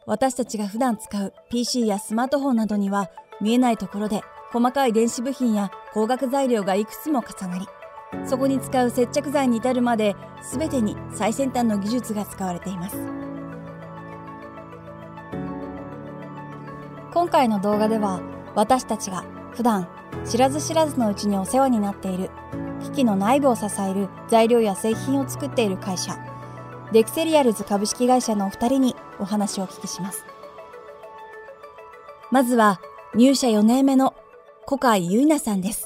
私たちが普段使う PC やスマートフォンなどには見えないところで細かい電子部品や光学材料がいくつも重なり、そこに使う接着剤に至るまで全てに最先端の技術が使われています。今回の動画では、私たちが普段知らず知らずのうちにお世話になっている機器の内部を支える材料や製品を作っている会社、デクセリアルズ株式会社のお二人にお話をお聞きします。まずは入社4年目の小海優奈さんです。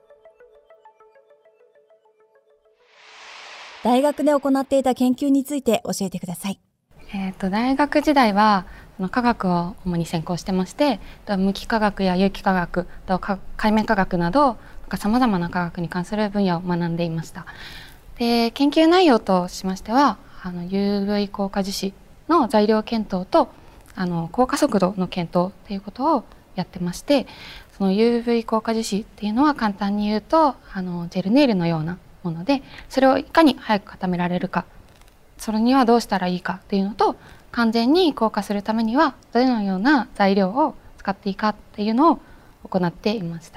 大学で行っていた研究について教えてください。 大学時代は科学を主に専攻してまして、無機化学や有機化学、海面化学などさまざまな科学に関する分野を学んでいました。で、研究内容としましてはUV 硬化樹脂の材料検討と硬化速度の検討っていうことをやってまして、その UV 硬化樹脂っていうのは簡単に言うとジェルネイルのようなもので、それをいかに早く固められるか、それにはどうしたらいいかっていうのと、完全に硬化するためにはどのような材料を使っていいかっていうのを行っていました。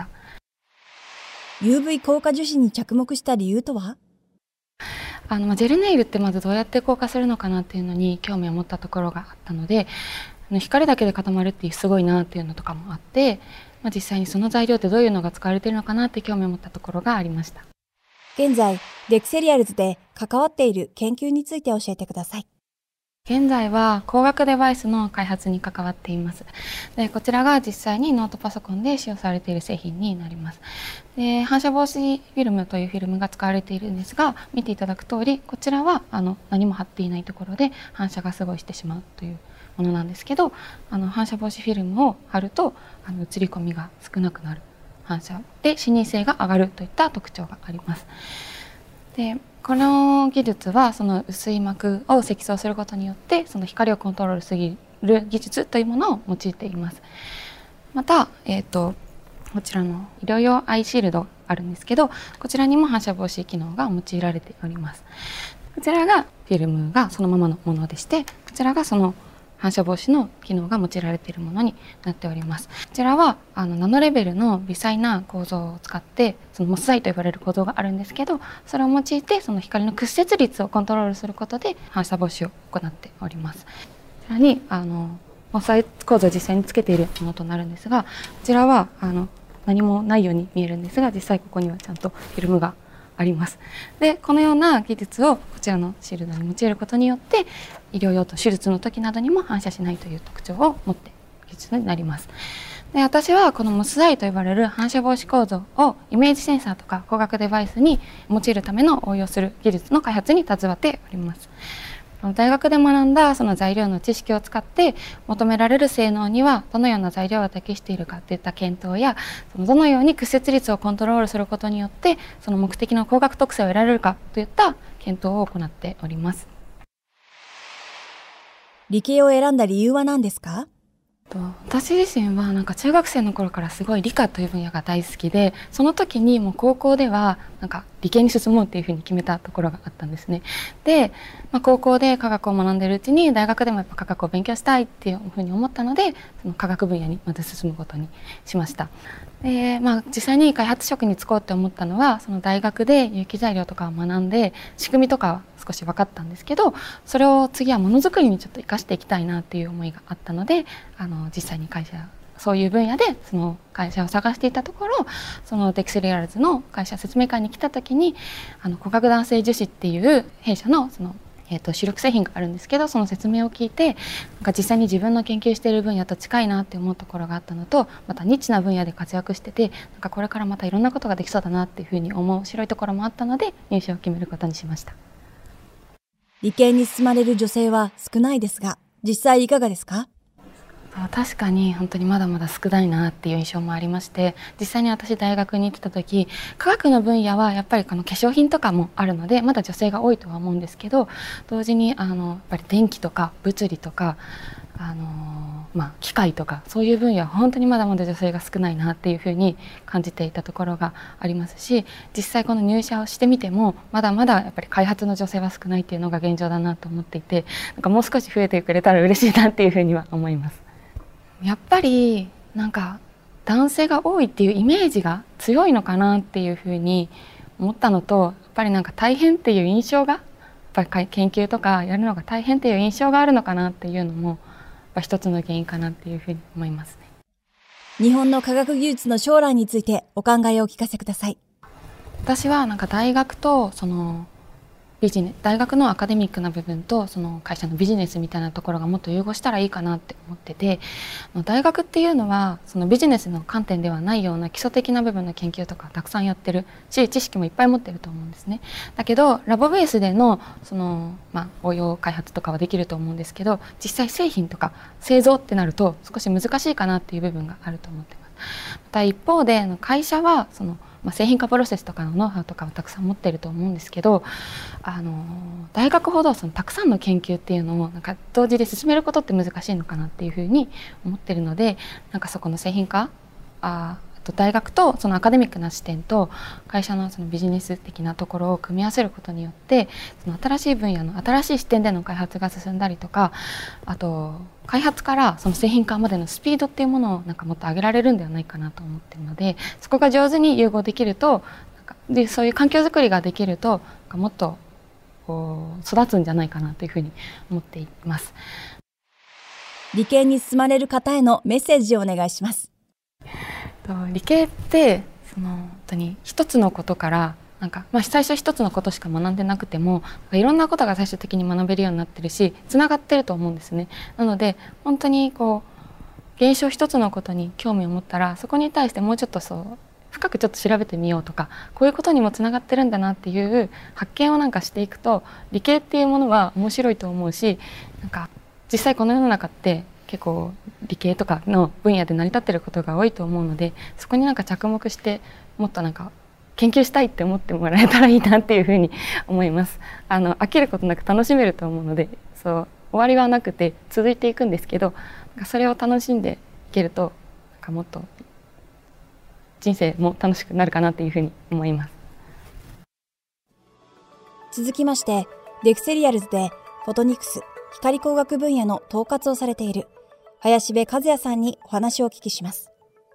UV 硬化樹脂に着目した理由とは？ ジェルネイルってまずどうやって硬化するのかなっていうのに興味を持ったところがあったので、光だけで固まるってすごいなっていうのとかもあって、実際にその材料ってどういうのが使われているのかなって興味を持ったところがありました。 現在デクセリアルズで関わっている研究について教えてください。 現在は光学デバイスの開発に関わっています。で、こちらが実際にノートパソコンで使用されている製品になります。で、反射防止フィルムというフィルムが使われているんですが、見ていただく通り、こちらは何も貼っていないところで反射がすごいしてしまうというものなんですけど、反射防止フィルムを貼ると映り込みが少なくなる、反射で視認性が上がるといった特徴があります。で、この技術はその薄い膜を積層することによってその光をコントロールする技術というものを用いています。また、こちらの医療用アイシールドあるんですけど、こちらにも反射防止機能が用いられております。こちらがフィルムがそのままのものでして、こちらがその反射防止の機能が用いられているものになっております。こちらはナノレベルの微細な構造を使って、そのモスダイと呼ばれる構造があるんですけど、それを用いてその光の屈折率をコントロールすることで反射防止を行っております。こちらにモスダイ構造を実際につけているものとなるんですが、こちらは何もないように見えるんですが、実際ここにはちゃんとフィルムがあります。で、このような技術をこちらのシールドに用いることによって、医療用途手術の時などにも反射しないという特徴を持っている技術になります。で、私はこのモスダイと呼ばれる反射防止構造をイメージセンサーとか光学デバイスに用いるための応用する技術の開発に携わっております。大学で学んだその材料の知識を使って求められる性能にはどのような材料が適しているかといった検討や、どのように屈折率をコントロールすることによってその目的の光学特性を得られるかといった検討を行っております。 理系を選んだ理由は何ですか？ 私自身は中学生の頃からすごい理科という分野が大好きで、その時にもう高校では理系に進もうっていうふうに決めたところがあったんですね。で、高校で科学を学んでいるうちに大学でもやっぱ科学を勉強したいっていうふうに思ったので、その科学分野にまず進むことにしました。で、実際に開発職に就こうって思ったのは、その大学で有機材料とかを学んで仕組みとかは少し分かったんですけど、それを次はものづくりにちょっと生かしていきたいなっていう思いがあったので、実際にそういう分野でその会社を探していたところ、そのデクセリアルズの会社説明会に来た時に光学弾性樹脂っていう弊社の主力製品があるんですけど、その説明を聞いて実際に自分の研究している分野と近いなって思うところがあったのと、またニッチな分野で活躍しててこれからまたいろんなことができそうだなっていうふうに面白いところもあったので入社を決めることにしました。 理系に進まれる女性は少ないですが、実際いかがですか？ 確かに本当にまだまだ少ないなっていう印象もありまして、実際に私大学に行ってた時、科学の分野はやっぱり化粧品とかもあるのでまだ女性が多いとは思うんですけど、同時にやっぱり電気とか物理とか機械とかそういう分野は本当にまだまだ女性が少ないなっていうふうに感じていたところがありますし、実際この入社をしてみてもまだまだやっぱり開発の女性は少ないっていうのが現状だなと思っていて、なんかもう少し増えてくれたら嬉しいなっていうふうには思います。やっぱりなんか男性が多いっていうイメージが強いのかなっていうふうに思ったのと、やっぱりなんか大変っていう印象が、やっぱり研究とかやるのが大変っていう印象があるのかなっていうのも一つの原因かなっていうふうに思いますね。 日本の科学技術の将来についてお考えをお聞かせください。 私はなんか大学とその大学のアカデミックな部分とその会社のビジネスみたいなところがもっと融合したらいいかなって思ってて、大学っていうのはそのビジネスの観点ではないような基礎的な部分の研究とかたくさんやってるし、知識もいっぱい持ってると思うんですね。だけどラボベースでのその応用開発とかはできると思うんですけど、実際製品とか製造ってなると少し難しいかなっていう部分があると思ってます。また一方で会社はその製品化プロセスとかのノウハウとかをたくさん持ってると思うんですけど、大学ほどそのたくさんの研究っていうのをなんか同時で進めることって難しいのかなっていうふうに思ってるので、なんかそこの製品化大学とそのアカデミックな視点と会社のそのビジネス的なところを組み合わせることによって、その新しい分野の新しい視点での開発が進んだりとか、あと開発からその製品化までのスピードっていうものをなんかもっと上げられるんではないかなと思ってるので、そこが上手に融合できると、でそういう環境づくりができるともっと育つんじゃないかなというふうに思っています。 理系に進まれる方へのメッセージをお願いします。 理系って本当に一つのことから最初一つのことしか学んでなくてもいろんなことが最終的に学べるようになってるし、つながってると思うんですね。なので本当に現象一つのことに興味を持ったら、そこに対してもうちょっと深くちょっと調べてみようとか、こういうことにもつながってるんだなっていう発見をしていくと、理系っていうものは面白いと思うし、実際この世の中って結構理系とかの分野で成り立ってることが多いと思うので、そこに着目してもっと研究したいって思ってもらえたらいいなっていうふうに思います。飽きることなく楽しめると思うので、終わりはなくて続いていくんですけど、それを楽しんでいけるともっと人生も楽しくなるかなっていうふうに思います。 続きまして、デクセリアルズでフォトニクス光工学分野の統括をされている林部和也さんにお話をお聞きします。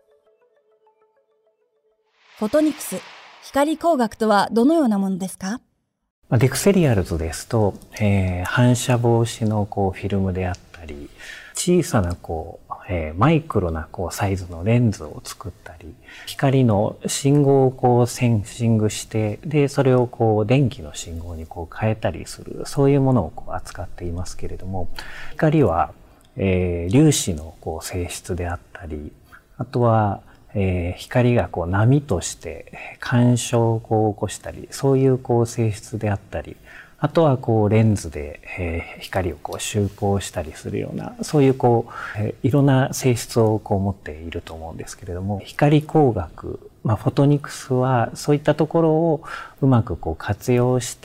フォトニクス光工学とはどのようなものですか？ デクセリアルズですと、反射防止のフィルムであったり、小さなマイクロなサイズのレンズを作ったり、光の信号をセンシングして、でそれを電気の信号に変えたりする、そういうものを扱っていますけれども、光は、粒子の性質であったり、あとは、光が波として干渉を起こしたり、そういう性質であったり、あとはレンズで光を集光したりするような、そういういろんな性質を持っていると思うんですけれども、光工学、フォトニクスはそういったところをうまく活用して、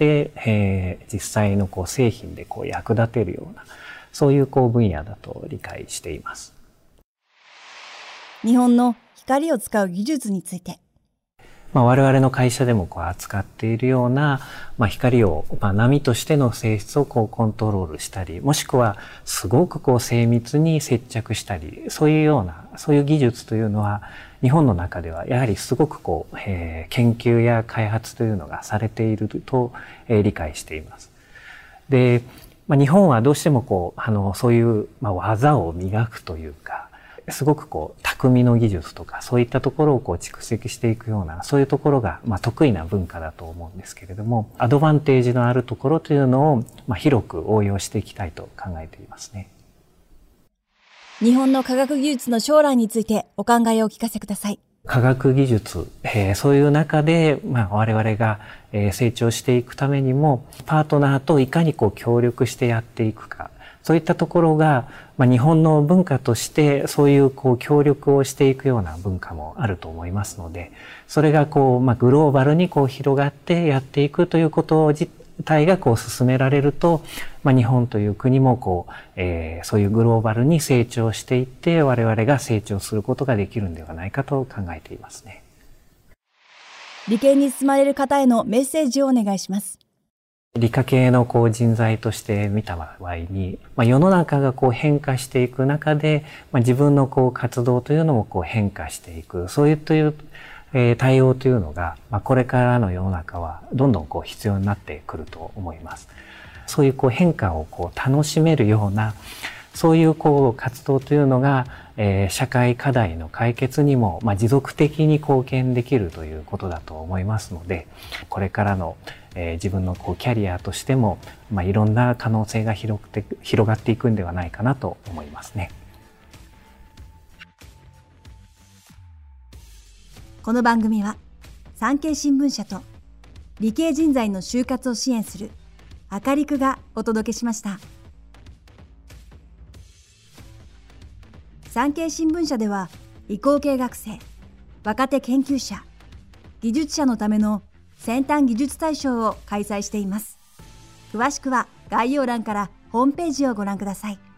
実際の製品で役立てるような、そういう分野だと理解しています。 日本の光を使う技術について。 我々の会社でも扱っているような、光を波としての性質をコントロールしたり、もしくはすごく精密に接着したり、そういうような、そういう技術というのは日本の中ではやはりすごく研究や開発というのがされていると理解しています。で、日本はどうしてもそういう技を磨くというか、すごく匠の技術とかそういったところを蓄積していくような、そういうところが得意な文化だと思うんですけれども、アドバンテージのあるところというのを広く応用していきたいと考えていますね。 日本の科学技術の将来についてお考えをお聞かせください。 科学技術、そういう中で、我々が成長していくためにも、パートナーといかに協力してやっていくか、そういったところが、日本の文化としてそういう協力をしていくような文化もあると思いますので、それがグローバルに広がってやっていくということ態が進められると、日本という国もそういうグローバルに成長していって、我々が成長することができるんではないかと考えていますね。 理系に進まれる方へのメッセージをお願いします。 理科系の人材として見た場合に、世の中が変化していく中で、自分の活動というのも変化していく、そういう対応というのが、これからの世の中はどんどん必要になってくると思います。そういう変化を楽しめるような、そういう活動というのが、社会課題の解決にも持続的に貢献できるということだと思いますので、これからの自分のキャリアとしても、いろんな可能性が広がっていくんではないかなと思いますね。 この番組は産経新聞社と理系人材の就活を支援するアカリクがお届けしました。産経新聞社では理工系学生、若手研究者、技術者のための先端技術大賞を開催しています。詳しくは概要欄からホームページをご覧ください。